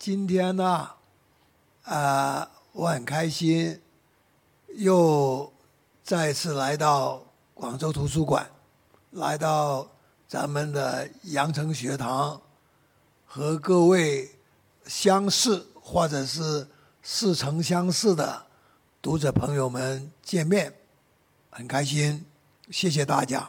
今天呢，我很开心，又再次来到广州图书馆，来到咱们的羊城学堂，和各位相识或者是似曾相识的读者朋友们见面，很开心，谢谢大家。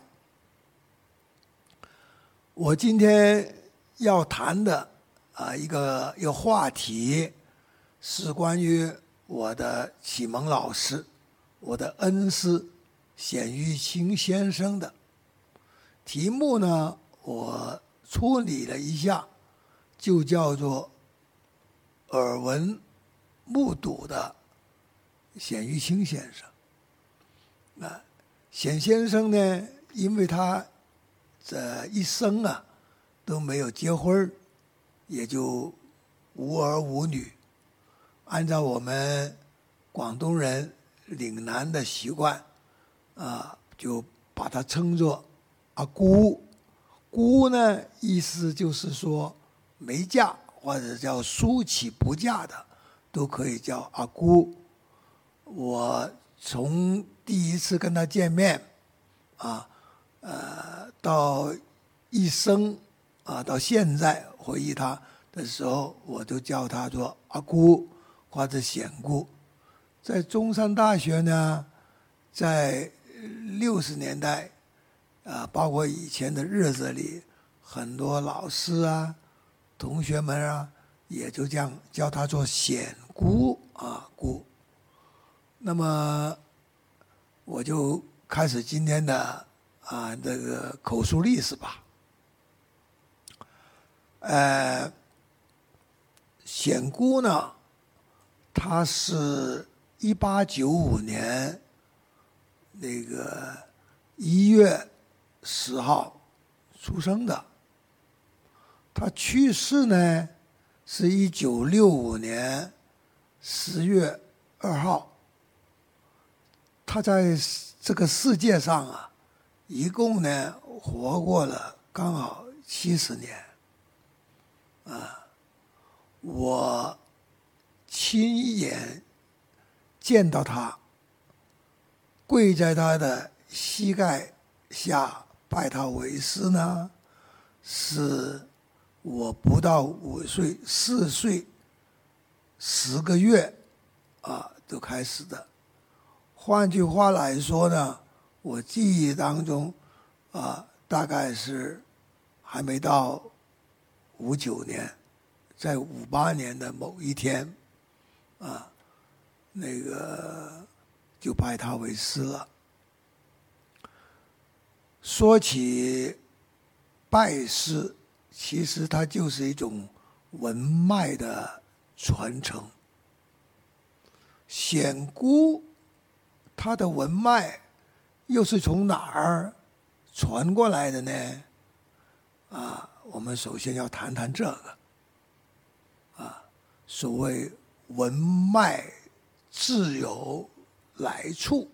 我今天要谈的一个话题是关于我的启蒙老师，我的恩师冼玉清先生的。题目呢，我处理了一下，就叫做耳闻目睹的冼玉清先生。冼先生呢，因为他这一生都没有结婚，也就无儿无女。按照我们广东人岭南的习惯，就把他称作阿姑。姑呢，意思就是说没嫁或者叫梳起不嫁的，都可以叫阿姑。我从第一次跟他见面，到一生到现在回忆他的时候，我都叫他做阿姑或者冼姑。在中山大学呢，在60年代包括以前的日子里，很多老师同学们也就这样叫他做冼姑姑。那么我就开始今天的这个口述历史吧。冼姑呢，她是1895年那个1月10号出生的，她去世呢是1965年10月2号。她在这个世界上一共呢活过了刚好70年。我亲眼见到他，跪在他的膝盖下拜他为师呢，是我不到5岁，4岁10个月就开始的。换句话来说呢，我记忆当中大概是还没到59年，在58年的某一天那个就拜他为师了。说起拜师，其实它就是一种文脉的传承。冼姑她的文脉又是从哪儿传过来的呢？我们首先要谈谈这个所谓文脉自有来处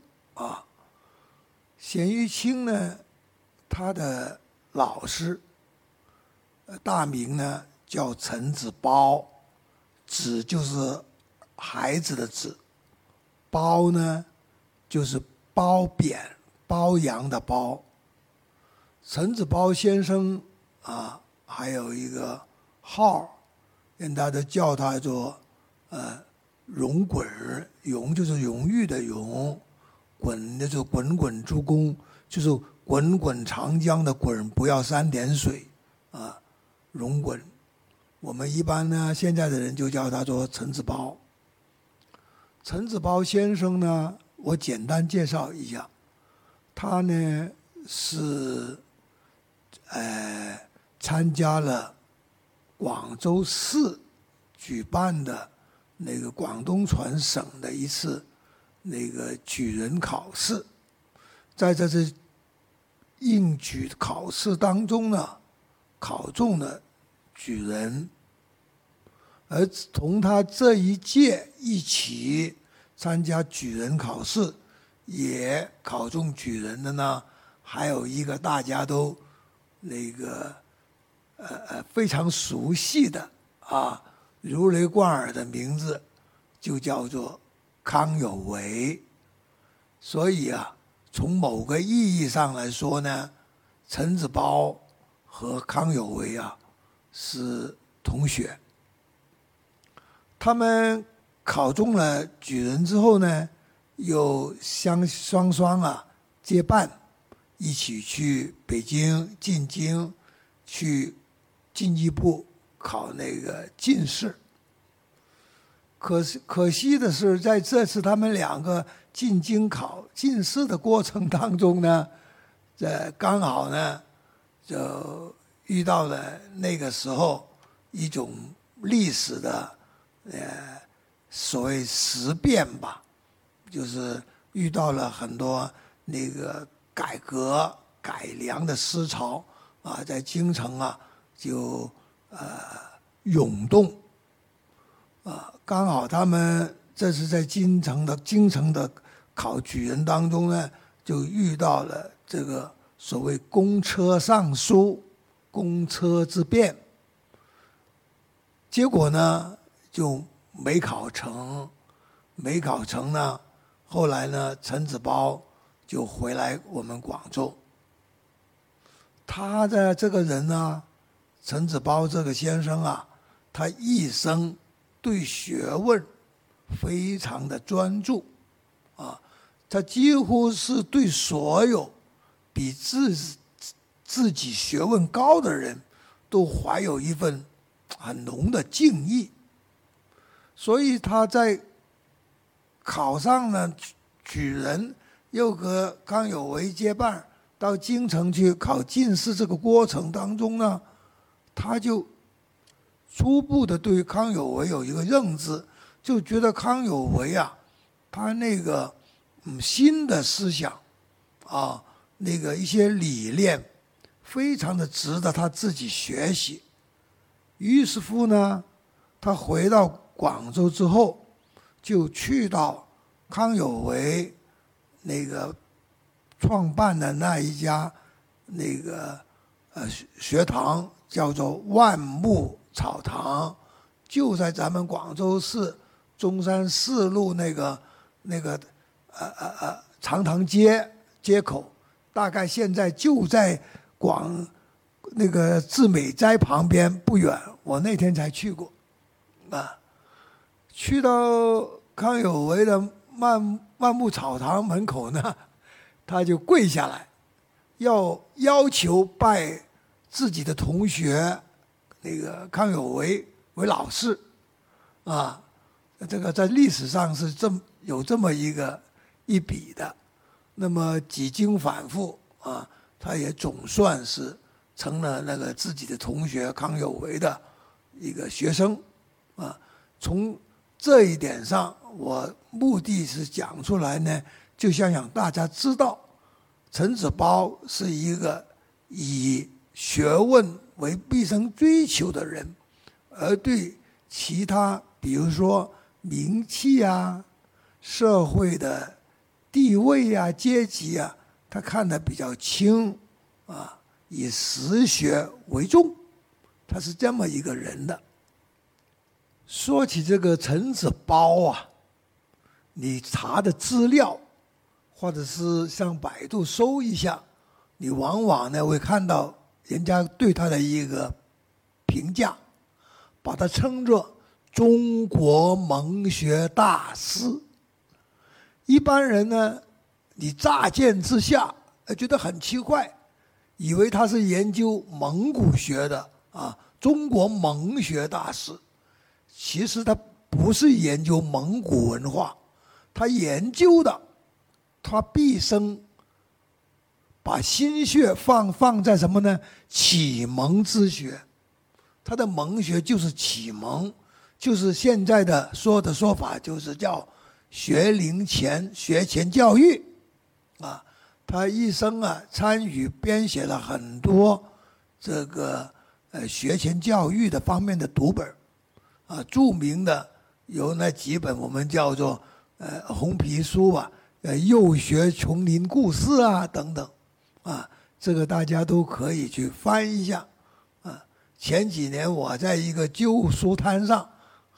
冼玉清呢，他的老师大名呢叫陈子褒，子就是孩子的子，褒呢就是褒贬褒扬的褒。陈子褒先生还有一个号，人家都叫他做荣滚儿，荣就是荣誉的荣，滚就是滚滚诸公，就是滚滚长江的滚，不要3点水荣滚。我们一般呢，现在的人就叫他做陈子褒。陈子褒先生呢，我简单介绍一下，他呢是参加了广州市举办的那个广东全省的一次那个举人考试，在这次应举考试当中呢，考中了举人。而同他这一届一起参加举人考试，也考中举人的呢，还有一个大家都那个非常熟悉的如雷贯耳的名字就叫做康有为。所以啊，从某个意义上来说呢，陈子褒和康有为啊是同学。他们考中了举人之后呢，又双双啊结伴，一起去北京进京，去进一步考那个进士。可惜的是，在这次他们两个进京考进士的过程当中呢，刚好呢就遇到了那个时候一种历史的所谓时变吧，就是遇到了很多那个改革改良的思潮啊，在京城啊就涌动啊，刚好他们这是在京城的考举人当中呢，就遇到了这个所谓公车上书、公车之变，结果呢就没考成，呢，后来呢，陈子褒就回来我们广州。他的这个人呢，陈子褒这个先生啊，他一生对学问非常的专注啊，他几乎是对所有比自己学问高的人都怀有一份很浓的敬意。所以他在考上了举人，又和康有为结伴到京城去考进士这个过程当中呢，他就初步的对康有为有一个认知，就觉得康有为啊，他那个新的思想啊，那个一些理念非常的值得他自己学习。于是乎呢，他回到广州之后，就去到康有为那个创办的那一家那个学堂，叫做万木草堂，就在咱们广州市中山四路那个长塘街口，大概现在就在那个至美斋旁边不远，我那天才去过啊。去到康有为的万木草堂门口呢，他就跪下来，要求拜自己的同学那个康有为为老师啊。这个在历史上是有这么一笔的。那么几经反复啊，他也总算是成了那个自己的同学康有为的一个学生啊。从这一点上，我目的是讲出来呢，就想大家知道，陈子褒是一个以学问为毕生追求的人，而对其他比如说名气啊、社会的地位啊、阶级啊，他看得比较轻啊，以实学为重，他是这么一个人的。说起这个陈子褒啊，你查的资料，或者是上百度搜一下，你往往呢会看到人家对他的一个评价，把他称作中国蒙学大师。一般人呢，你乍见之下觉得很奇怪，以为他是研究蒙古学的啊，中国蒙学大师。其实他不是研究蒙古文化，他研究的，他毕生把心血放在什么呢？启蒙之学。他的蒙学就是启蒙，就是现在的说法，就是叫学前教育啊。他一生啊参与编写了很多这个学前教育的方面的读本啊，著名的有那几本我们叫做红皮书吧，幼学丛林故事啊等等啊，这个大家都可以去翻一下啊。前几年我在一个旧书摊上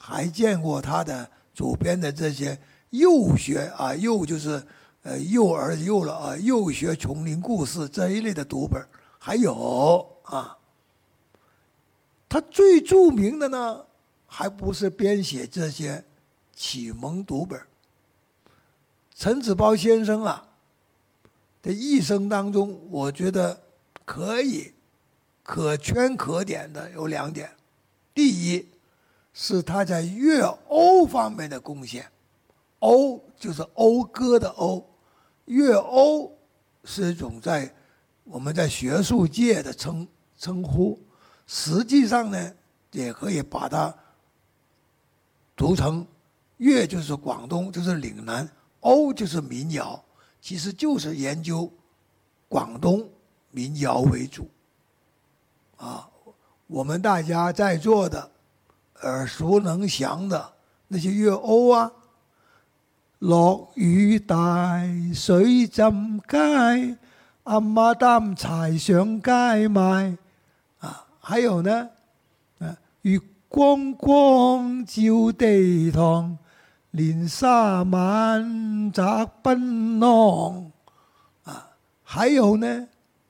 还见过他的主编的这些幼学啊，幼就是幼儿幼了啊，幼学丛林故事这一类的读本，还有啊，他最著名的呢，还不是编写这些启蒙读本。陈子褒先生啊的一生当中，我觉得可圈可点的有2点。第一是他在乐讴方面的贡献，讴就是讴歌的讴，乐讴是一种我们在学术界的称呼，实际上呢也可以把它读成乐就是广东，就是岭南，讴就是民谣，其实就是研究广东民谣为主啊。我们大家在座的耳熟能详的那些乐讴啊，落雨大水浸街，阿媽擔柴上街賣啊，还有呢，月光光照地堂，連沙晚摘檳榔啊，还有呢，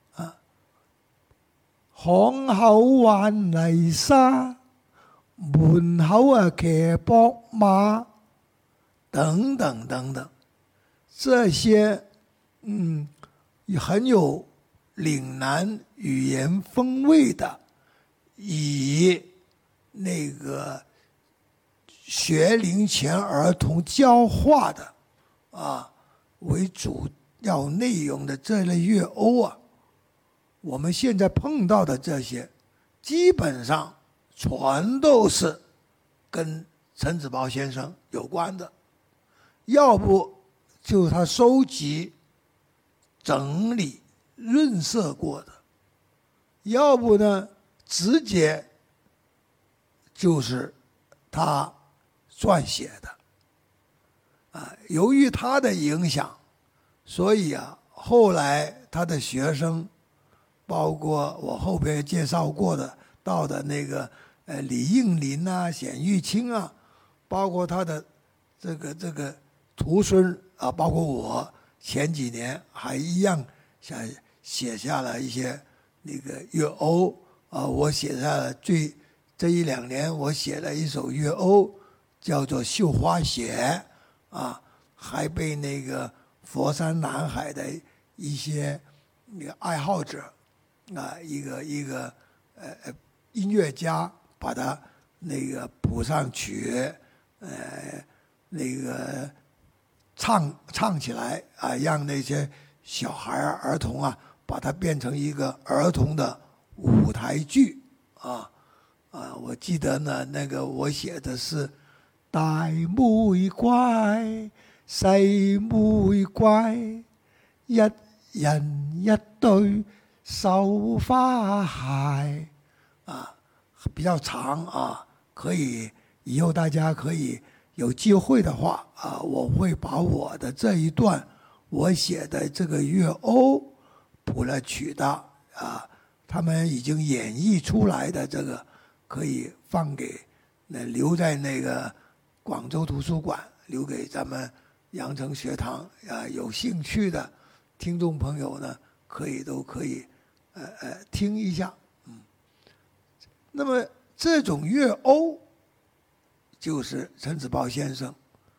巷口玩泥沙，門口騎膊馬，等等等等，这些很有岭南语言风味的，以那个学龄前儿童教化的为主要内容的这类乐讴啊，我们现在碰到的这些，基本上全都是跟陈子褒先生有关的，要不就是他收集、整理、润色过的，要不呢直接就是他撰写的。由于他的影响，所以后来他的学生，包括我后边介绍过到的那个李应麟啊、冼玉清啊，包括他的这个徒孙啊，包括我前几年还一样写下了一些那个乐讴我写下了这1-2年我写了一首乐讴，叫做《绣花鞋》还被那个佛山南海的一些那个爱好者一个音乐家把它那个谱上曲，那个唱起来让那些小孩儿童把它变成一个儿童的舞台劇我记得呢，那个我寫的是大玫瑰、細玫瑰，一人一對繡花鞋比較長可以以後大家可以有機會的話我會把我的這一段我寫的這個樂讴譜了曲的他們已經演繹出來的這個可以放給留在那個廣州圖書館，留給咱們羊城學堂有興趣的聽眾朋友呢，都可以聽一下。那麼這種樂讴就是陳子褒先生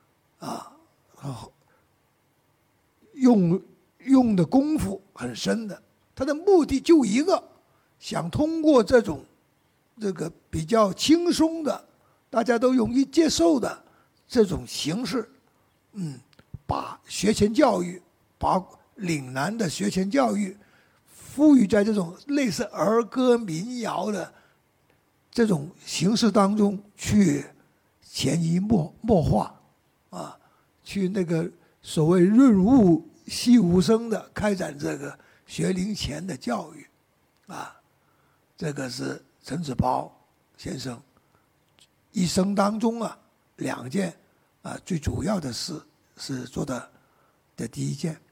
用的功夫很深的，他的目的就一个，想通过这个比较轻松的，大家都容易接受的这种形式，把学前教育，把岭南的学前教育赋予在这种类似儿歌民谣的这种形式当中去潜移默化去那个所谓润物细无声的开展这个学龄前的教育这个是陈子褒先生一生当中2件最主要的事是做的第一件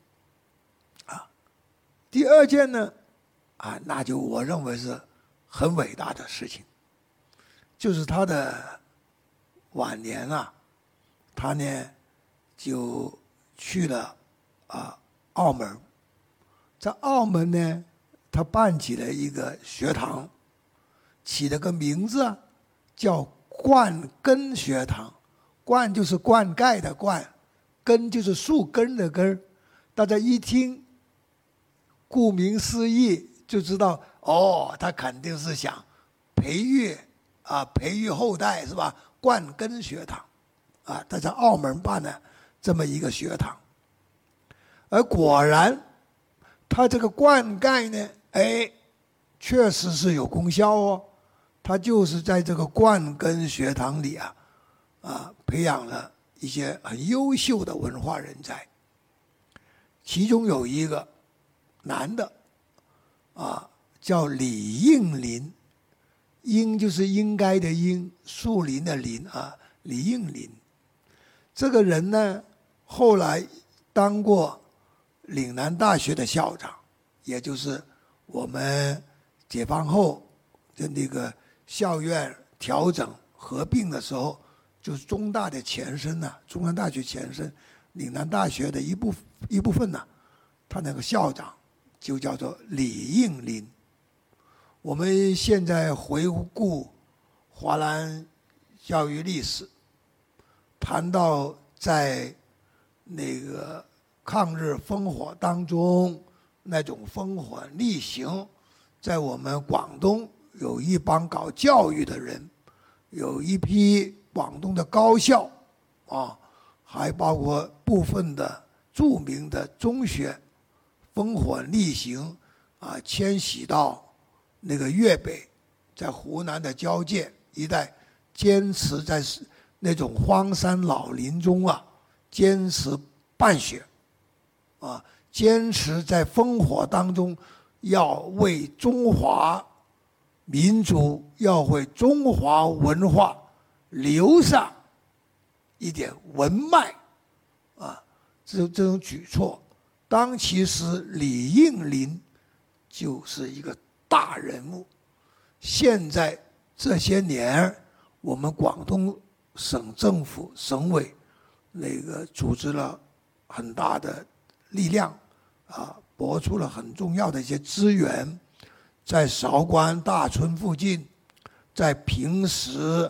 第2件呢那就我认为是很伟大的事情，就是他的晚年啊，他呢就去了澳门，在澳门呢，他办起了一个学堂，起了个名字啊，叫灌根学堂。灌就是灌溉的灌，根就是树根的根。大家一听，顾名思义就知道，哦，他肯定是想培育后代是吧？灌根学堂啊，他在澳门办的这么一个学堂。而果然，他这个灌溉呢，确实是有功效哦。他就是在这个灌根学堂里培养了一些很优秀的文化人才。其中有一个男的叫李应麟，应就是应该的应，树林的林李应麟。这个人呢，后来当过岭南大学的校长，也就是我们解放后的那个校院调整合并的时候，就是中大的前身中南大学前身，岭南大学的一部分他那个校长就叫做李应麟。我们现在回顾华南教育历史，谈到在那个抗日烽火当中那种烽火逆行，在我们广东有一帮搞教育的人，有一批广东的高校还包括部分的著名的中学，烽火逆行迁徙到那个粤北，在湖南的交界一带，坚持在那种荒山老林中坚持办学坚持在烽火当中要为中华民族，要为中华文化留下一点文脉这种举措，当其时李应麟就是一个大人物。现在这些年，我们广东省政府、省委那个组织了很大的力量拨出了很重要的一些资源，在韶关、大村附近，在平时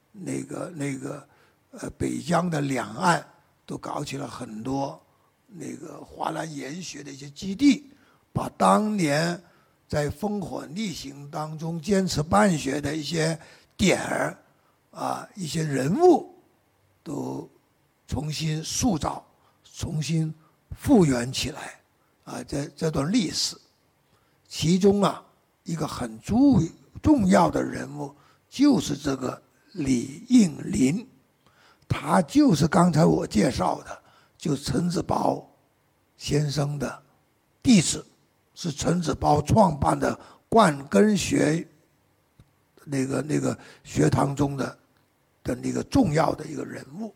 北江的两岸，都搞起了很多那个华南研学的一些基地，把当年在烽火逆行当中坚持办学的一些点儿一些人物，都重新塑造、重新复原起来这段历史。其中一个很重要的人物就是这个李应麟，他就是刚才我介绍的，就陈子褒先生的弟子，是陈子褒创办的灌根学那个学堂中的那个重要的一个人物。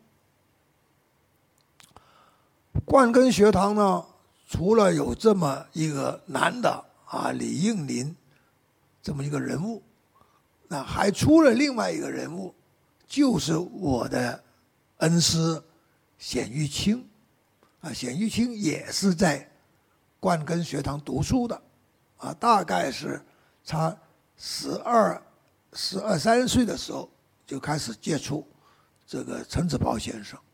灌根学堂呢，除了有这么一个男的李应麟这么一个人物，那还出了另外一个人物，就是我的恩师冼玉清冼玉清也是在灌根学堂读书的大概是他12、13岁的时候就开始接触这个陈子褒先生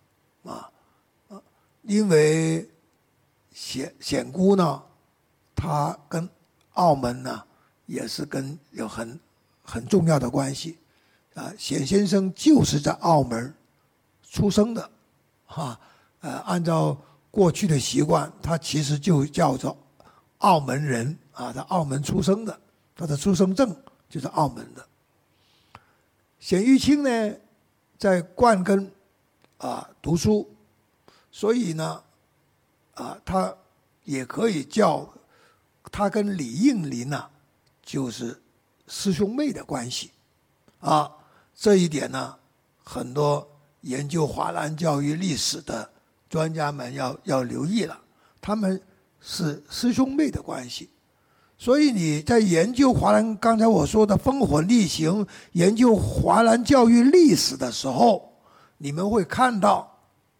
因为冼姑呢，他跟澳门呢也是有很重要的关系冼先生就是在澳门出生的按照过去的习惯，他其实就叫做澳门人在澳门出生的，他的出生证就是澳门的。冼玉清呢，在灌根读书，所以呢他也可以叫他跟李应麟就是师兄妹的关系这一点呢，很多研究华南教育历史的专家们要留意了，他们是师兄妹的关系。所以你在研究华南，刚才我说的烽火逆行，研究华南教育历史的时候， 你们会看到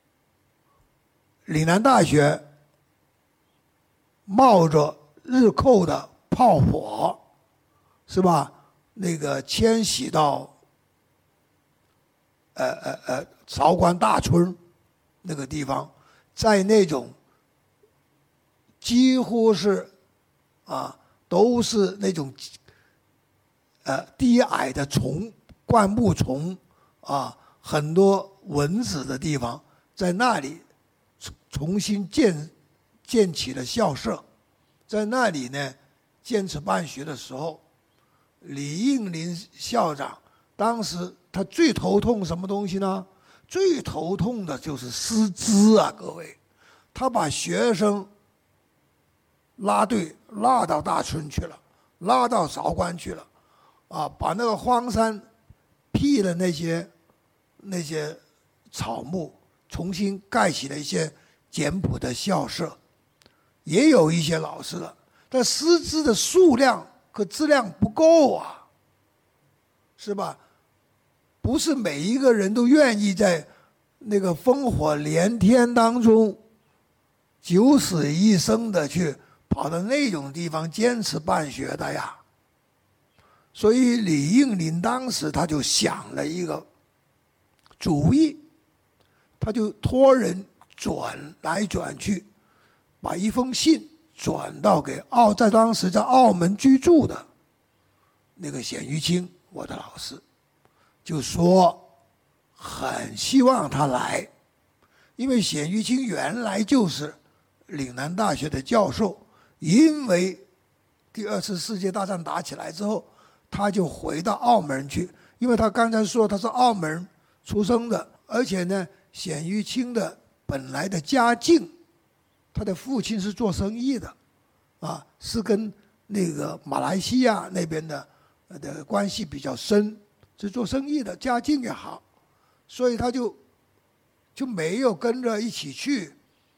岭南大学冒着日寇的炮火，是吧？那个迁徙到韶关大村那个地方，在那种几乎是都是那种低矮的灌木丛很多蚊子的地方，在那里重新建起了校舍，在那里呢坚持办学的时候，李应麟校长当时他最头痛什么东西呢？最头痛的就是师资啊，各位，他把学生拉队拉到大村去了，拉到韶关去了，把那个荒山辟了那些草木，重新盖起了一些简朴的校舍，也有一些老师了，但师资的数量和质量不够啊，是吧？不是每一个人都愿意在那个烽火连天当中九死一生的去跑到那种地方坚持办学的呀。所以李应麟当时他就想了一个主意，他就托人转来转去，把一封信转到给在当时在澳门居住的那个冼玉清，我的老师，就说很希望他来，因为冼玉清原来就是岭南大学的教授，因为第二次世界大战打起来之后，他就回到澳门去，因为他刚才说他是澳门出生的，而且呢，冼玉清的本来的家境，他的父亲是做生意的，是跟那个马来西亚那边的关系比较深，是做生意的，家境也好，所以他就没有跟着一起去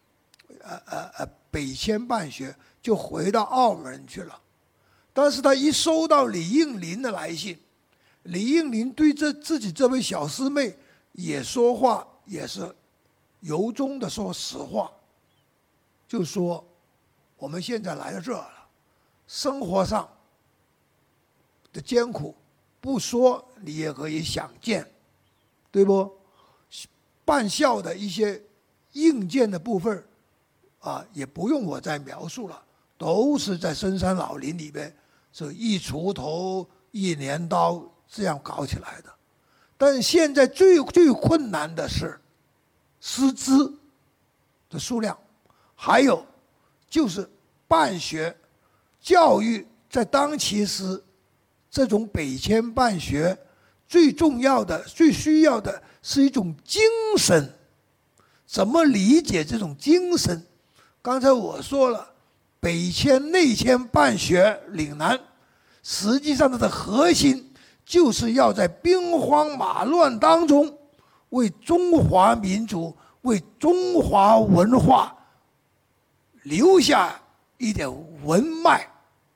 北迁办学，就回到澳门去了。但是他一收到李应麟的来信，李应麟对自己这位小师妹也说话，也是由衷的说实话，就说我们现在来到这儿了，生活上的艰苦不说你也可以想见，对不？办校的一些硬件的部分也不用我再描述了，都是在深山老林里边是一锄头一镰刀这样搞起来的。但现在最困难的是师资的数量，还有就是办学教育，在当其时这种北迁办学最重要的最需要的是一种精神，怎么理解这种精神？刚才我说了，北迁内迁办学岭南，实际上它的核心就是要在兵荒马乱当中为中华民族为中华文化留下一点文脉。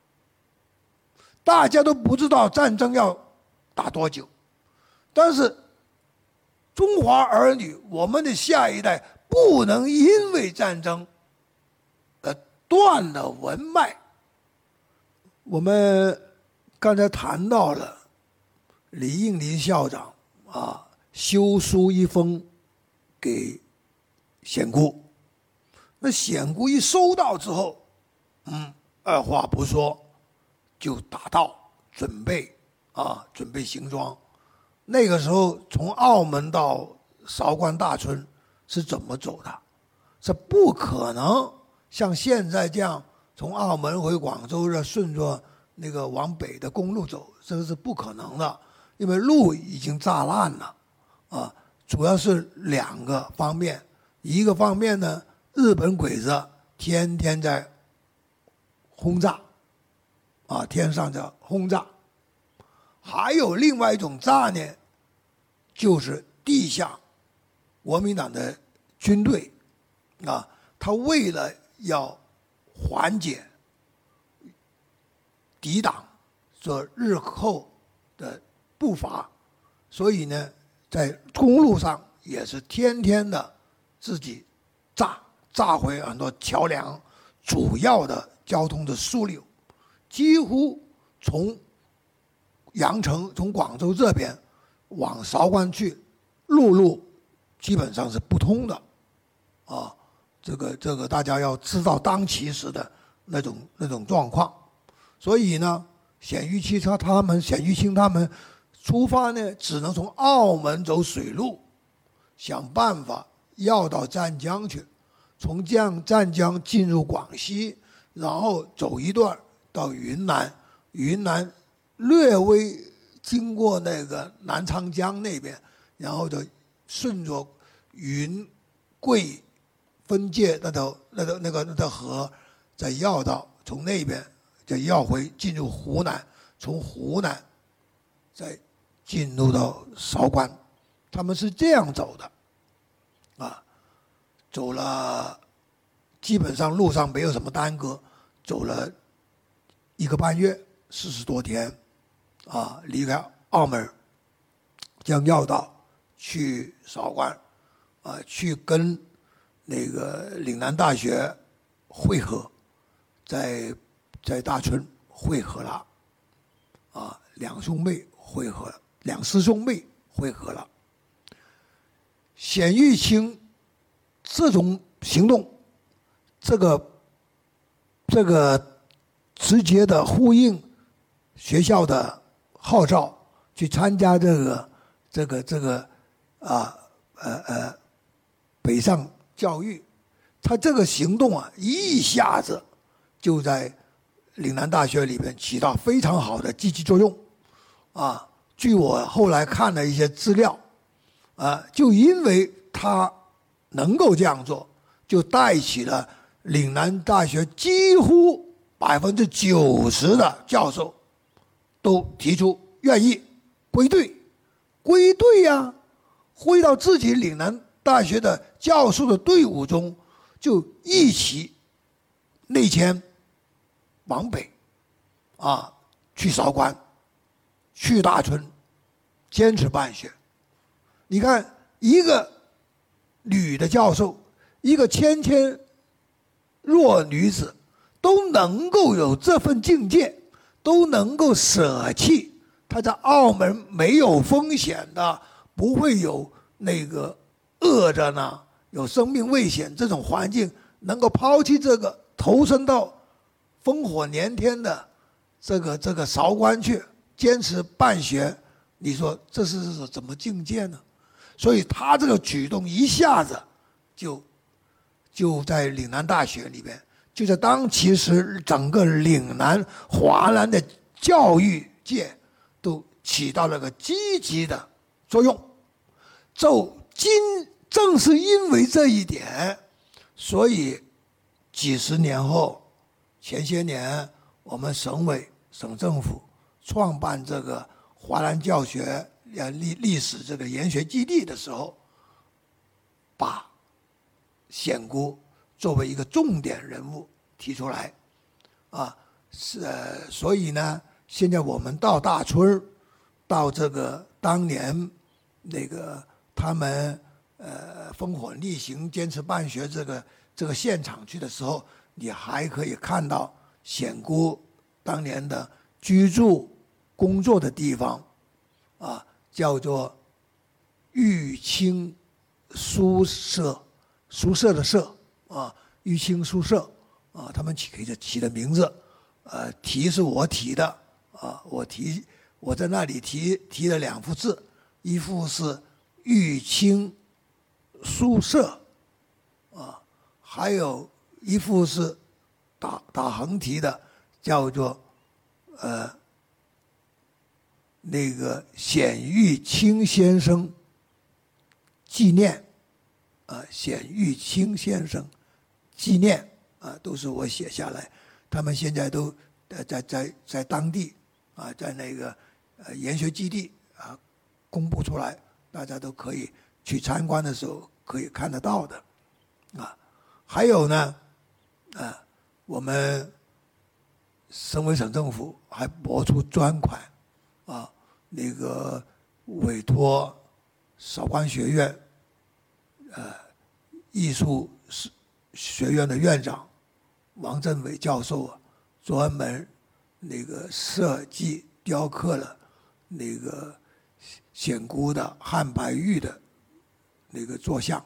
大家都不知道战争要打多久，但是中华儿女，我们的下一代不能因为战争断了文脉。我们刚才谈到了李应麟校长修书一封给冼姑，那冼姑一收到之后，二话不说就打道准备行装。那个时候从澳门到韶关大村是怎么走的？这不可能像现在这样从澳门回广州顺着那个往北的公路走，这个是不可能的，因为路已经炸烂了主要是两个方面，一个方面呢，日本鬼子天天在轰炸天上在轰炸，还有另外一种炸呢，就是地下国民党的军队他为了要缓解抵挡这日寇的步伐，所以呢在公路上也是天天的自己炸毁很多桥梁，主要的交通的枢纽，几乎从阳城、从广州这边往韶关去，陆路基本上是不通的，啊，这个大家要知道当其时的那种状况，所以呢，鲜于清他们出发呢，只能从澳门走水路，想办法要到湛江去，从湛江进入广西，然后走一段到云南，云南略微经过那个南昌江那边，然后就顺着云贵分界那条河，再绕到从那边再绕回进入湖南，从湖南再进入到韶关，他们是这样走的，啊，走了基本上路上没有什么耽搁，走了1个半月，40多天，啊，离开澳门，将要到去韶关，啊，去跟那个岭南大学会合，在大村会合了，啊，两师兄妹会合了。鲜于清这种行动，这个直接的呼应学校的号召，去参加这个北上教育，他这个行动啊，一下子就在岭南大学里边起到非常好的积极作用，啊，据我后来看了一些资料，啊，就因为他能够这样做，就带起了岭南大学几乎90%的教授都提出愿意归队呀，回到自己岭南大学的教授的队伍中，就一起内迁往北，啊，去韶关，去大村，坚持办学。你看，一个女的教授，一个谦弱女子，都能够有这份境界，都能够舍弃她在澳门没有风险的，不会有那个饿着呢，有生命危险这种环境，能够抛弃这个，投身到烽火连天的这个韶关去，坚持办学，你说这是怎么境界呢？所以他这个举动一下子就在岭南大学里边，就在当其时整个岭南华南的教育界都起到了个积极的作用。正是因为这一点，所以几十年后，前些年我们省委省政府创办这个华南教学历史这个研学基地的时候，把显姑作为一个重点人物提出来，啊，所以呢，现在我们到大村，到这个当年那个他们烽火逆行、坚持办学这个现场去的时候，你还可以看到显姑当年的居住工作的地方，啊，叫做玉清书社的社，啊，玉清书社，啊，他们起的名字，题是我提的，啊，我在那里提了2幅字，一幅是玉清书社，啊，还有一幅是打横题的，叫做那个鲜于清先生纪念，鲜于清先生纪念，都是我写下来。他们现在都在当地，在那个研学基地公布出来，大家都可以去参观的时候可以看得到的，还有呢，我们省委省政府还拨出专款，那个委托韶关学院艺术学院的院长王振伟教授啊，专门那个设计雕刻了那个显姑的汉白玉的那个坐像，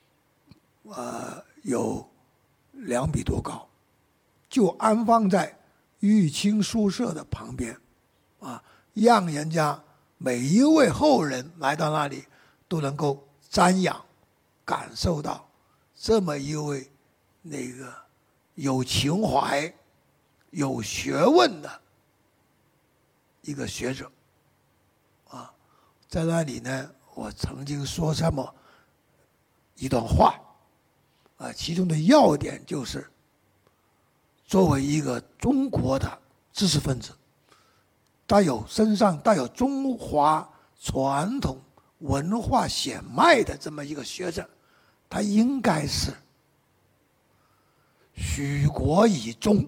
有2米多高，就安放在玉清书社的旁边，让人家每一位后人来到那里都能够瞻仰，感受到这么一位那个有情怀、有学问的一个学者，在那里呢，我曾经说这么一段话，其中的要点就是，作为一个中国的知识分子，身上带有中华传统文化血脉的这么一个学者，他应该是许国以忠，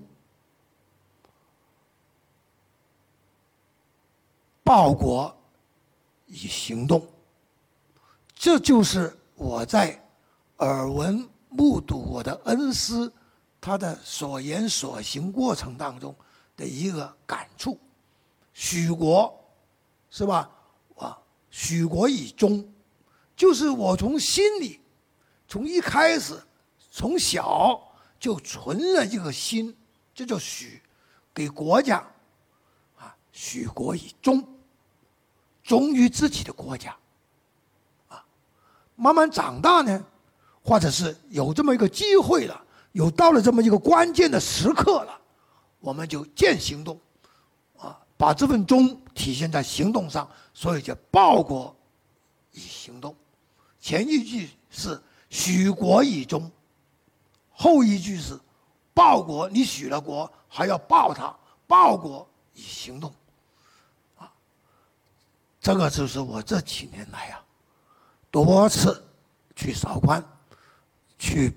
报国以行动。这就是我在耳闻目睹我的恩师他的所言所行过程当中的一个感触。许国是吧？许国以忠，就是我从心里，从一开始，从小就存了这个心，这叫许，给国家许国以忠，忠于自己的国家。慢慢长大呢，或者是有这么一个机会了，到了这么一个关键的时刻了，我们就见行动，把这份忠体现在行动上，所以叫报国以行动。前一句是许国以忠，后一句是报国，你许了国还要报他，报国以行动。这个就是我这几年来多次去韶关，去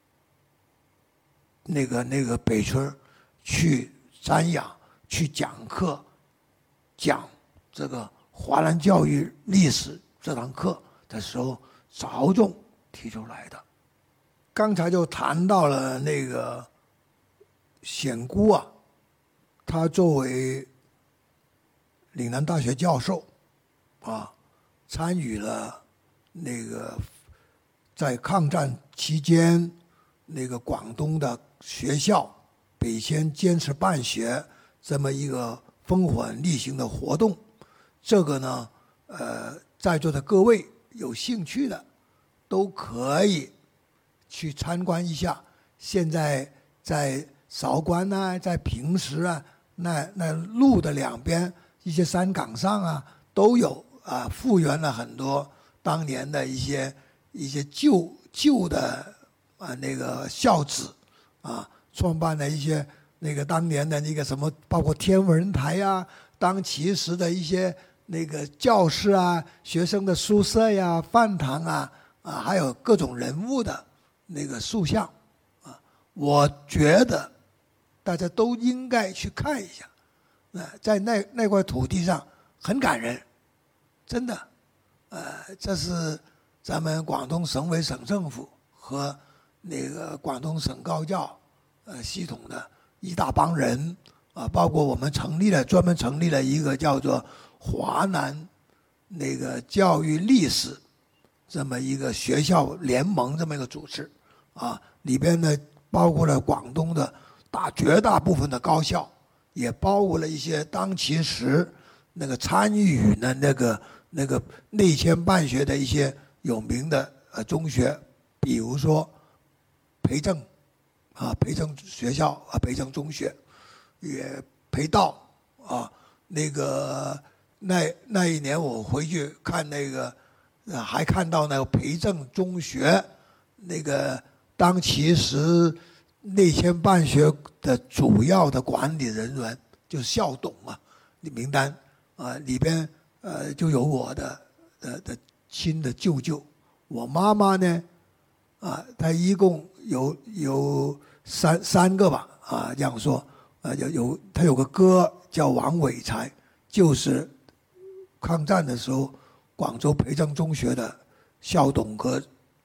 那个北村去瞻仰，去讲课，讲这个华南教育历史这堂课的时候着重提出来的。刚才就谈到了那个显姑他作为岭南大学教授参与了那个在抗战期间那个广东的学校北迁坚持办学这么一个烽火力行的活动。这个呢在座的各位有兴趣的都可以去参观一下。现在在韶关在平时那路的两边一些山岗上都有复原了很多当年的一些旧的那个校址创办了一些那个当年的那个什么，包括天文台当其时的一些那个教室学生的宿舍饭堂还有各种人物的那个塑像我觉得大家都应该去看一下。在那块土地上很感人，真的。这是咱们广东省委省政府和那个广东省高教系统的一大帮人包括我们专门成立了一个叫做华南那个教育历史这么一个学校联盟这么一个组织里边呢包括了广东的绝大部分的高校，也包括了一些当其时那个参与的那个内迁办学的一些有名的中学，比如说培正学校培正中学，也培道那个那一年我回去看那个还看到那个培正中学那个当其时内迁办学的主要的管理人员就是校董名单里边就有我的亲的舅舅。我妈妈呢她一共有三个吧这样说她有个哥叫王伟才，就是抗战的时候广州培正中学的校董和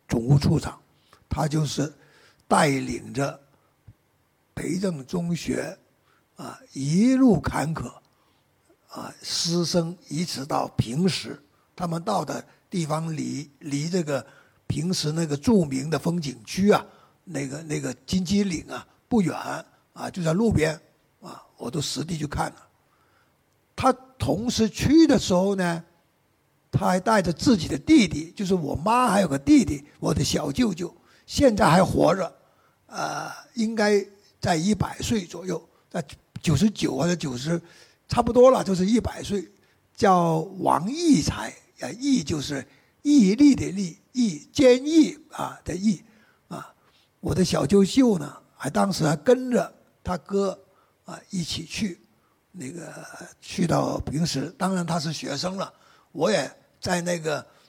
总务处长，他就是带领着培正中学一路坎坷师生一直到平时，他们到的地方离这个平时那个著名的风景区那个金鸡岭不远就在路边我都实地去看了。他同时去的时候呢，他还带着自己的弟弟，就是我妈还有个弟弟，我的小舅舅，现在还活着，应该在100岁左右，在99或者90，差不多了，就是100岁，叫王义才，义就是毅力的力，坚毅的毅我的小舅舅呢，当时还跟着他哥一起去。去到平时，当然他是学生了，我也在那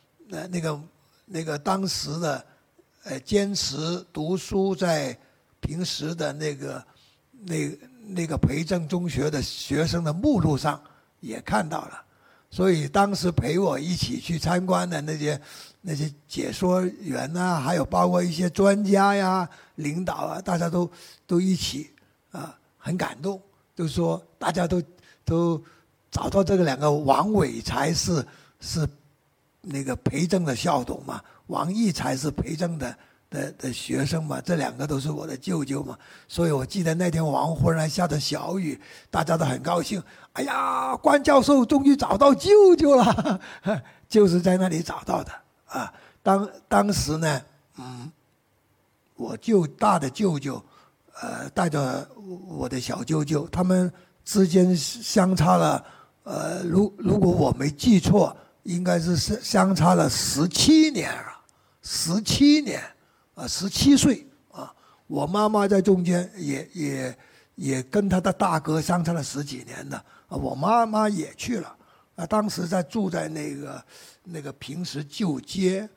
个当时的坚持读书，在平时的那个培正中学的学生的目录上也看到了，所以当时陪我一起去参观的那些解说员还有包括一些专家呀、领导大家都一起很感动。就是说，大家都找到这个2个王伟才是那个培正的校董嘛，王义才是培正的学生嘛，这2个都是我的舅舅嘛，所以我记得那天黄昏还下着小雨，大家都很高兴。哎呀，关教授终于找到舅舅了，就是在那里找到的当时呢，我大的舅舅。带着我的小舅舅，他们之间相差了，如果我没记错，应该是相差了17年17年，17岁我妈妈在中间也跟她的大哥相差了10几年的我妈妈也去了当时住在那个平时旧街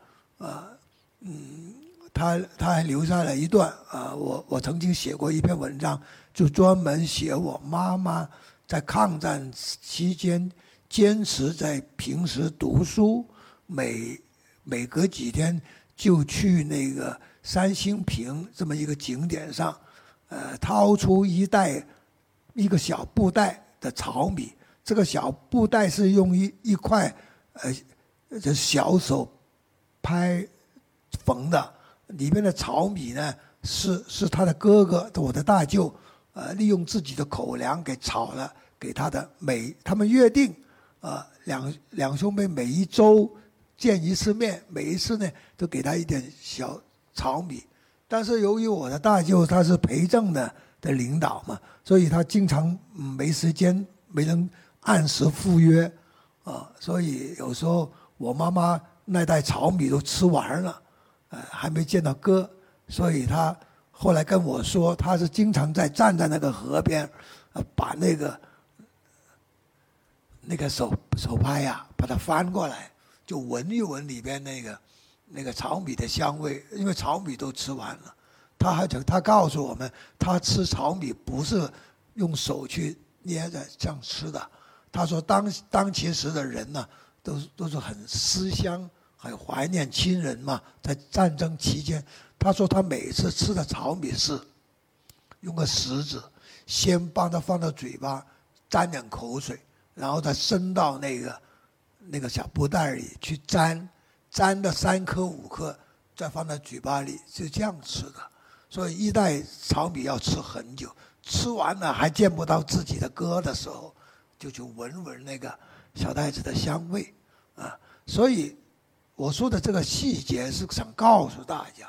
他还留下了一段我曾经写过一篇文章，就专门写我妈妈在抗战期间坚持在平时读书，每隔几天就去那个三星坪这么一个景点上，掏出一个小布袋的糙米，这个小布袋是用一块这小手拍缝的。里面的糙米呢，是他的哥哥，我的大舅，利用自己的口粮给炒了，给他们约定，两兄妹每1周见1次面，每一次呢都给他一点小糙米。但是由于我的大舅他是培正的领导嘛，所以他经常没时间，没能按时赴约，所以有时候我妈妈那袋糙米都吃完了。还没见到哥，所以他后来跟我说，他是经常站在那个河边，把那个手拍把它翻过来，就闻一闻里边那个糙米的香味，因为糙米都吃完了。他告诉我们，他吃糙米不是用手去捏着这样吃的。他说当其时的人呢，都是很思乡。很怀念亲人嘛，在战争期间，他说他每次吃的糙米是用个食指先帮他放到嘴巴沾点口水，然后再伸到那个小布袋里去沾的3颗5颗，再放在嘴巴里，是这样吃的。所以一袋糙米要吃很久，吃完了还见不到自己的哥的时候，就去闻闻那个小袋子的香味所以。我说的这个细节是想告诉大家，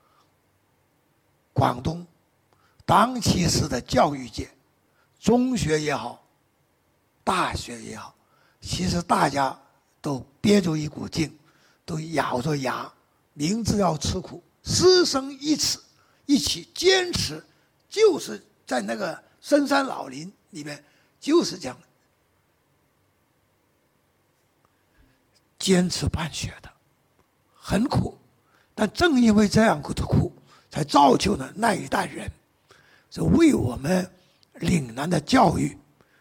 广东当其时的教育界，中学也好，大学也好，其实大家都憋住一股劲，都咬着牙，明知要吃苦，师生一起坚持，就是在那个深山老林里面，就是这样坚持办学的。很苦，但正因为这样的苦，才造就了那一代人，是为我们岭南的教育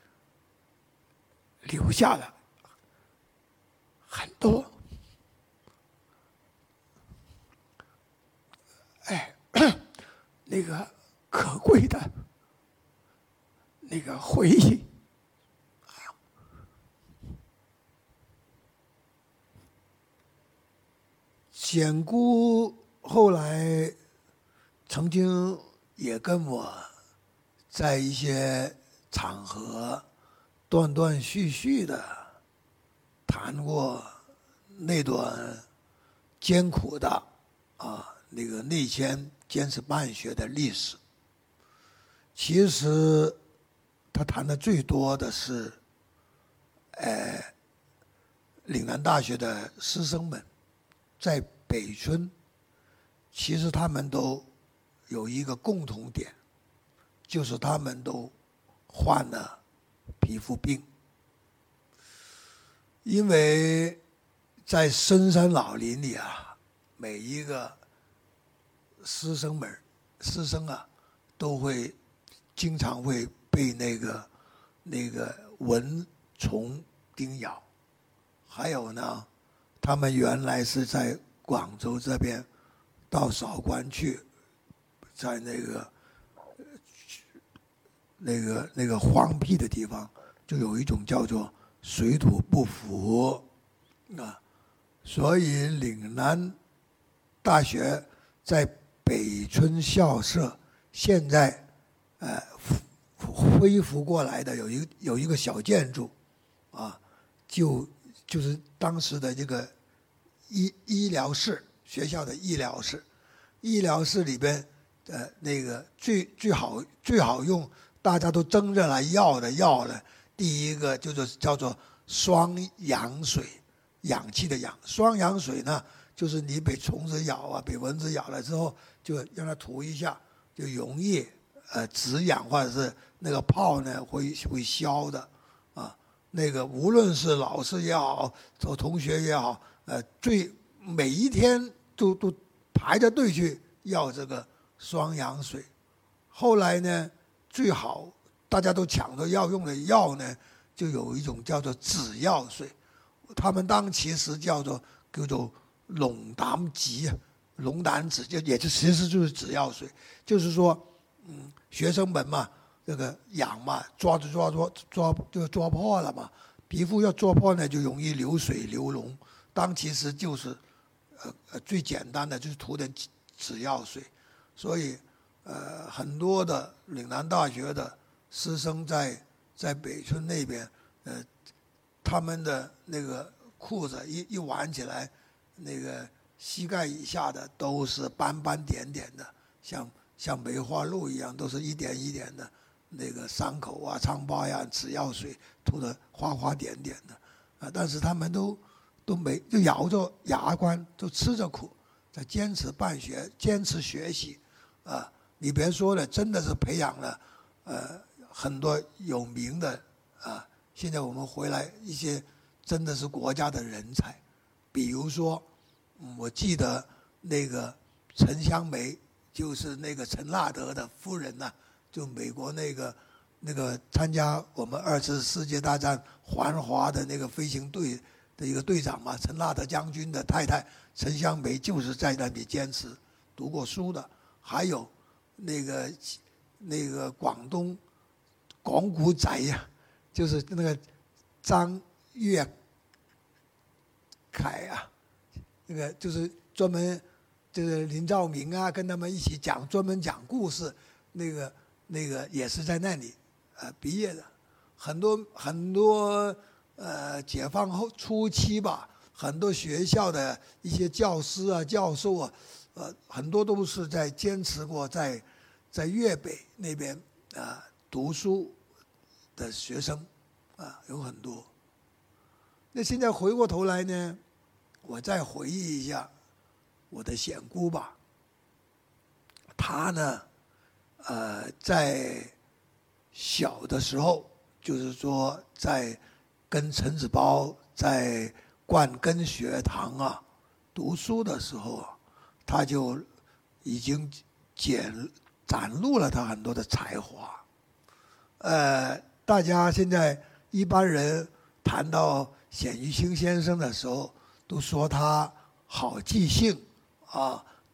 留下了很多哎，那个可贵的那个回忆。简姑后来曾经也跟我在一些场合断断续续的谈过那段艰苦的那个内迁坚持办学的历史。其实他谈的最多的是，岭南大学的师生们在北村，其实他们都有一个共同点，就是他们都患了皮肤病。因为在深山老林里啊，每一个师生都会经常会被那个蚊虫叮咬。还有呢，他们原来是在广州这边到韶关去，在那个荒僻的地方，就有一种叫做水土不服所以岭南大学在北村校舍现在恢复过来的有一个小建筑就是当时的这个医疗室，学校的医疗室。医疗室里边那个最好用，大家都争着来要的，第一个就是叫做双氧水，氧气的氧。双氧水呢，就是你被虫子咬被蚊子咬了之后，就让它涂一下，就容易止痒，或者是那个泡呢会消的那个无论是老师也好，做同学也好，每一天都排着队去要这个双氧水。后来呢，最好大家都抢着要用的药呢，就有一种叫做止药水，他们当其时叫做龙胆酯，龙胆酯其实就是止药水，就是说，学生们嘛。这个痒嘛，抓就抓破了嘛，皮肤要抓破呢，就容易流水流脓。当其实就是最简单的就是涂点止药水，所以很多的岭南大学的师生在北村那边，他们的那个裤子一挽起来，那个膝盖以下的都是斑斑点点的，像梅花鹿一样，都是一点一点的。那个伤口疮疤止药水涂得花花点点的但是他们都咬着牙关，都吃着苦，在坚持办学，坚持学习你别说了，真的是培养了很多有名的现在我们回来一些真的是国家的人才，比如说我记得那个陈香梅，就是那个陈纳德的夫人就美国那个参加我们2次世界大战环华的那个飞行队的一个队长嘛，陈纳德将军的太太陈香梅就是在那里坚持读过书的。还有那个广东广古仔就是那个张岳凯那个就是专门就是林兆明跟他们一起专门讲故事，那个也是在那里毕业的。很多解放后初期吧，很多学校的一些教师教授很多都是在坚持过在粤北那边读书的学生有很多。那现在回过头来呢，我再回忆一下我的显姑吧。他呢在小的时候，就是说在跟陈子包在灌根学堂读书的时候他就已经展露了他很多的才华。大家现在一般人谈到冼玉清先生的时候，都说他好记性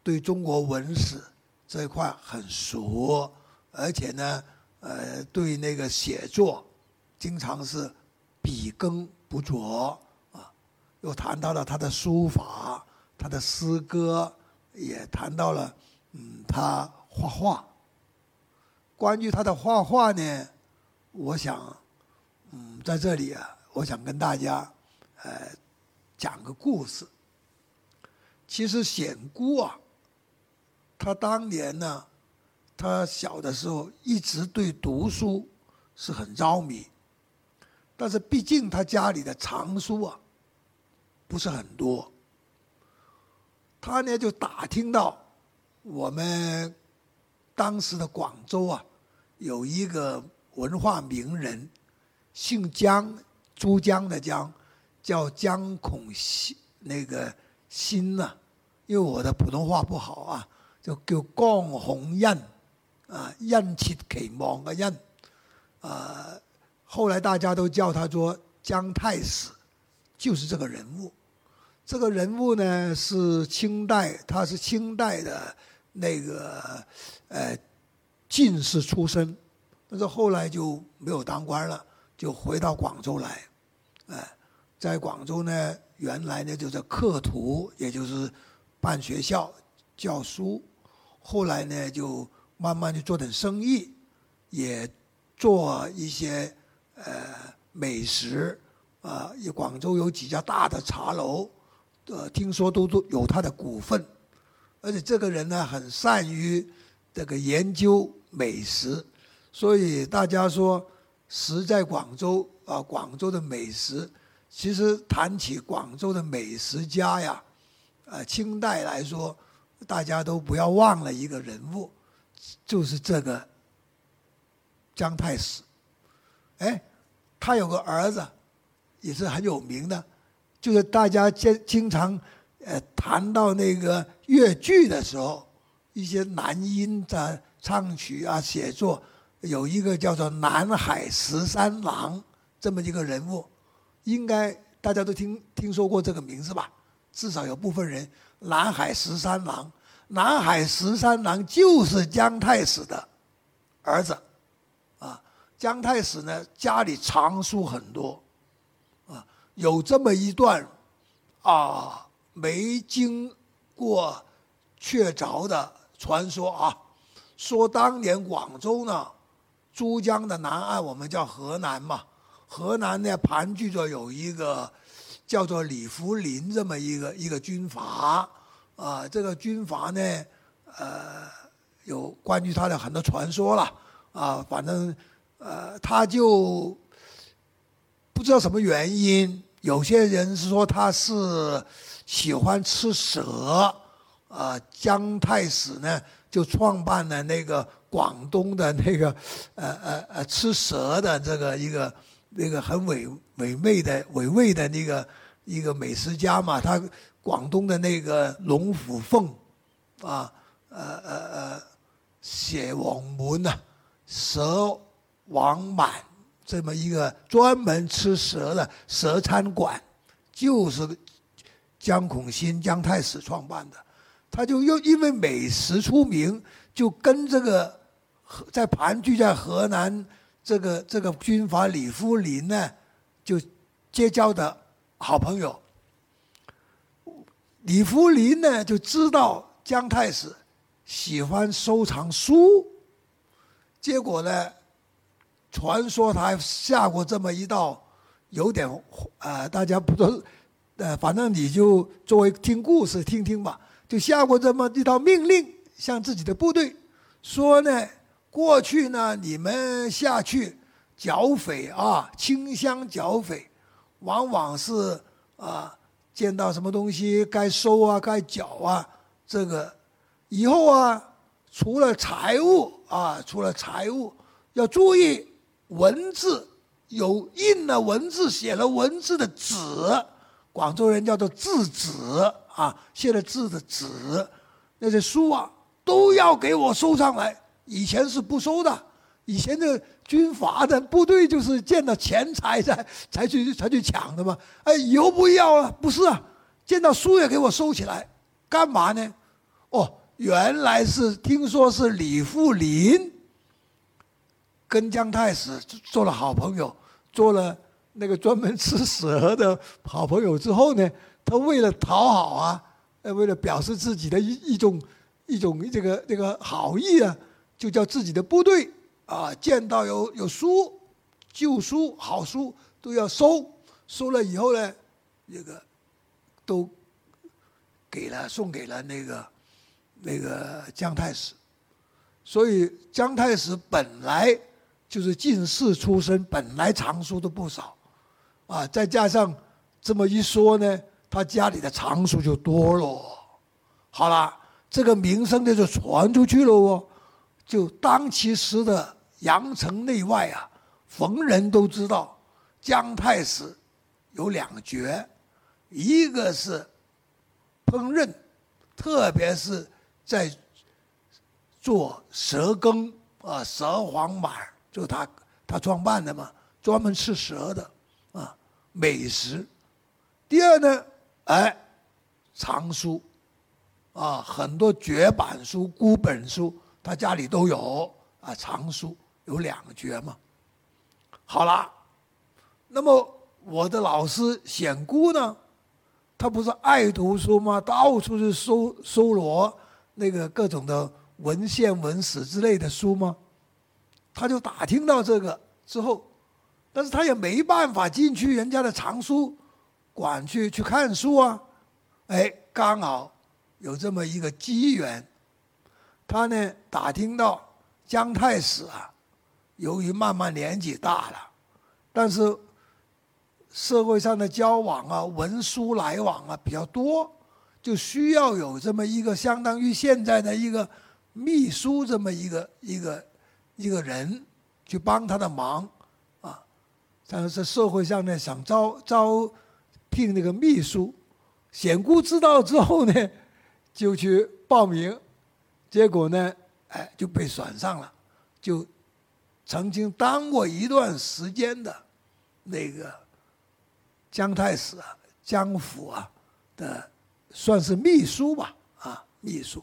对中国文史这一块很熟，而且呢，对那个写作经常是笔耕不辍啊。又谈到了他的书法，他的诗歌，也谈到了他画画。关于他的画画呢，我想在这里啊，我想跟大家讲个故事。其实显姑啊，他当年呢，他小的时候一直对读书是很着迷，但是毕竟他家里的藏书啊不是很多，他呢就打听到我们当时的广州啊有一个文化名人，姓江，珠江的江，叫江孔欣，那个欣呐，因为我的普通话不好啊，就叫江孔欣啊，殷切期望嘅殷啊，后来大家都叫他做姜太史，就是这个人物。这个人物呢是清代，他是清代的那个进士出身，但是后来就没有当官了，就回到广州来。在广州呢，原来呢就是课徒，也就是办学校教书，后来呢就慢慢就做点生意，也做一些美食啊。广州有几家大的茶楼，听说都有他的股份，而且这个人呢很善于这个研究美食，所以大家说食在广州啊，广州的美食。其实谈起广州的美食家呀，清代来说，大家都不要忘了一个人物，就是这个姜太史。他有个儿子，也是很有名的，就是大家经常谈到那个粤剧的时候，一些男音的唱曲啊、写作，有一个叫做南海13郎这么一个人物。应该大家都听说过这个名字吧？至少有部分人。南海13郎，南海13郎就是姜太史的儿子，啊，姜太史呢家里藏书很多，啊，有这么一段啊没经过确凿的传说啊，说当年广州呢，珠江的南岸我们叫河南嘛。河南呢盘踞着有一个叫做李福林这么一个军阀啊，这个军阀呢有关于他的很多传说了啊，反正他就不知道什么原因，有些人是说他是喜欢吃蛇啊，姜太史呢就创办了那个广东的那个吃蛇的这个那个很伟味的那个一个美食家嘛，他广东的那个龙虎凤啊，血王门呐，蛇王满这么一个专门吃蛇的蛇餐馆，就是姜孔欣姜太史创办的。他就又因为美食出名，就跟这个在盘踞在河南这个军阀李福林呢，就结交的好朋友。李福林呢就知道姜太史喜欢收藏书，结果呢，传说他下过这么一道，有点大家不都反正你就作为听故事听听吧，就下过这么一道命令，向自己的部队说呢。过去呢，你们下去剿匪啊，清乡剿匪，往往是见到什么东西该收啊，该缴啊，这个以后啊，除了财物要注意文字，有印了文字、写了文字的纸，广州人叫做字纸啊，写了字的纸，那些书啊都要给我收上来。以前是不收的，以前的军阀的部队就是见到钱财才去抢的嘛。以后不要了，不是啊，见到书也给我收起来，干嘛呢？ 哦，原来是听说是李富林跟姜太史做了好朋友，做了那个专门吃蛇的好朋友之后呢，他为了讨好啊，为了表示自己的一种这个好意啊，就叫自己的部队啊，见到有书、旧书、好书都要收了以后呢，这个都送给了那个姜太史。所以姜太史本来就是进士出身，本来藏书都不少啊，再加上这么一说呢，他家里的藏书就多了。好了，这个名声就传出去了哦，就当其时的阳城内外啊，逢人都知道姜太史有2绝，一个是烹饪，特别是在做蛇羹啊，蛇黄马就他创办的嘛，专门吃蛇的啊美食。第二呢，藏书啊，很多绝版书、孤本书，他家里都有啊，藏书有2绝嘛。好了，那么我的老师显姑呢，他不是爱读书吗？到处去搜罗那个各种的文献、文史之类的书吗？他就打听到这个之后，但是他也没办法进去人家的藏书馆去看书啊。刚好有这么一个机缘，他呢打听到姜太史啊，由于慢慢年纪大了，但是社会上的交往啊、文书来往啊比较多，就需要有这么一个相当于现在的一个秘书这么一个人去帮他的忙啊。但是社会上呢想招聘那个秘书，显姑知道之后呢，就去报名，结果呢，就被选上了，就曾经当过一段时间的那个姜太史啊、姜府啊的，算是秘书吧，秘书。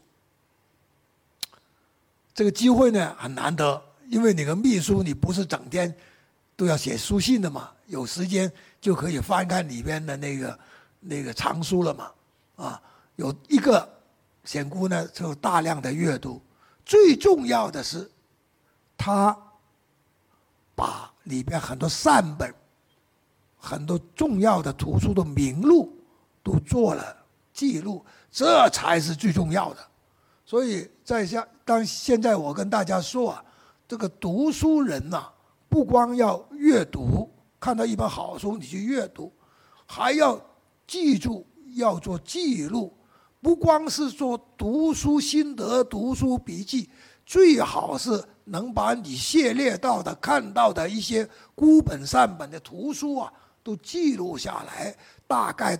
这个机会呢很难得，因为你个秘书你不是整天都要写书信的嘛，有时间就可以翻看里边的那个藏书了嘛，有一个显姑呢就大量的阅读，最重要的是，他把里边很多善本、很多重要的图书的名录都做了记录，这才是最重要的。所以现在我跟大家说啊，这个读书人呐，不光要阅读，看到一本好书你去阅读，还要记住，要做记录。不光是做读书心得、读书笔记，最好是能把你涉猎到的、看到的一些孤本善本的图书啊，都记录下来，大概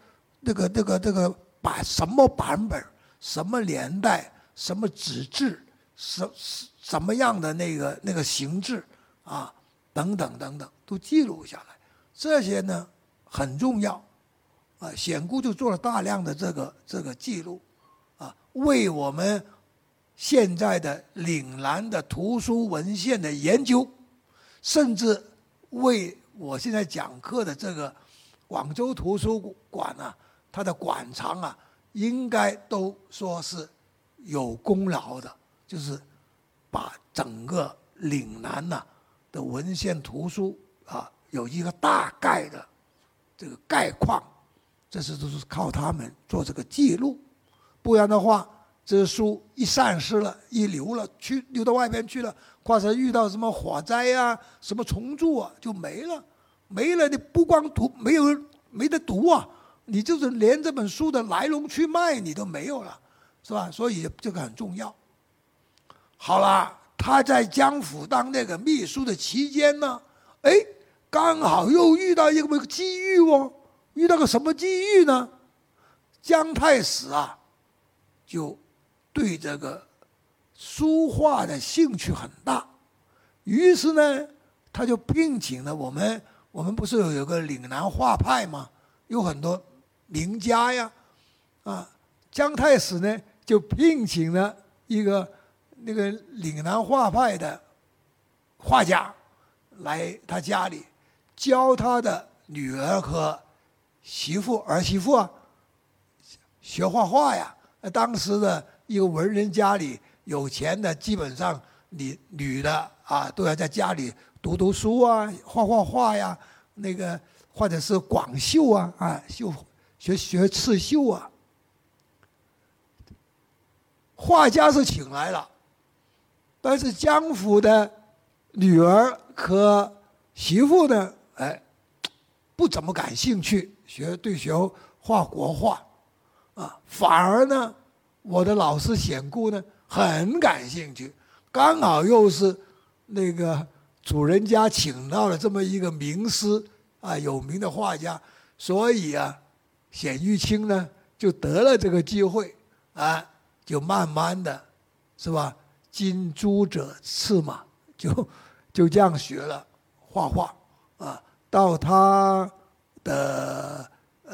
什么版本、什么年代、什么纸质、什么样的那个形制啊，等等等等，都记录下来。这些呢很重要啊。显姑就做了大量的这个记录啊，为我们现在的岭南的图书文献的研究，甚至为我现在讲课的这个广州图书馆啊，它的馆藏啊，应该都说是有功劳的，就是把整个岭南的文献图书啊有一个大概的这个概况，这都是靠他们做这个记录，不然的话，这书一散失了，一流到外边去了，或者遇到什么火灾啊、什么虫蛀啊，就没了。没了，你不光读没得读啊，你就是连这本书的来龙去脉你都没有了，是吧？所以这个很重要。好了，他在姜府当那个秘书的期间呢，刚好又遇到一个机遇哦。遇到个什么机遇呢？姜太史啊，就对这个书画的兴趣很大，于是呢，他就聘请了我们不是有个岭南画派吗？有很多名家呀，姜太史呢就聘请了一个那个岭南画派的画家来他家里教他的女儿和儿媳妇啊学画画呀。当时的一个文人家里，有钱的基本上你女的啊都要在家里读书啊，画画呀，那个或者是广绣啊学刺绣啊。画家是请来了，但是江府的女儿和媳妇呢，不怎么感兴趣，学画国画，反而呢，我的老师显故呢很感兴趣，刚好又是那个主人家请到了这么一个名师有名的画家，所以显玉卿呢就得了这个机会就慢慢的，是吧？近朱者赤嘛，就这样学了画画到他的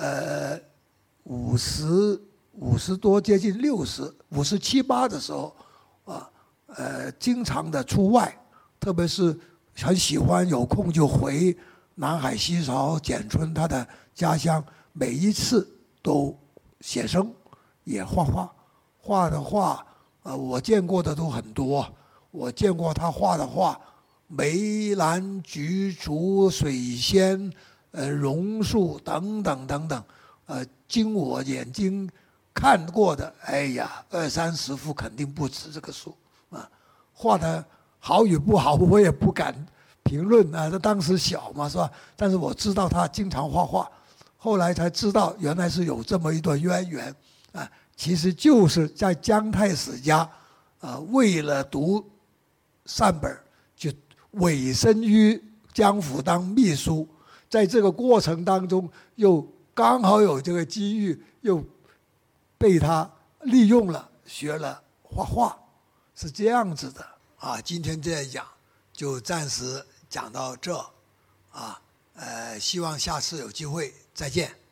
50多，接近60，57、58的时候经常的出外，特别是很喜欢有空就回南海西潮简春他的家乡，每一次都写生也画画。画的画我见过的都很多，我见过他画的画，梅兰菊竹水仙榕树等等等等，经我眼睛看过的，哎呀，20-30幅肯定不止这个数画的好与不好我也不敢评论他当时小嘛，是吧？但是我知道他经常画画，后来才知道原来是有这么一段渊源其实就是在姜太史家为了读善本就委身于姜府当秘书，在这个过程当中又刚好有这个机遇，又被他利用了，学了画画，是这样子的今天这样讲就暂时讲到这希望下次有机会再见。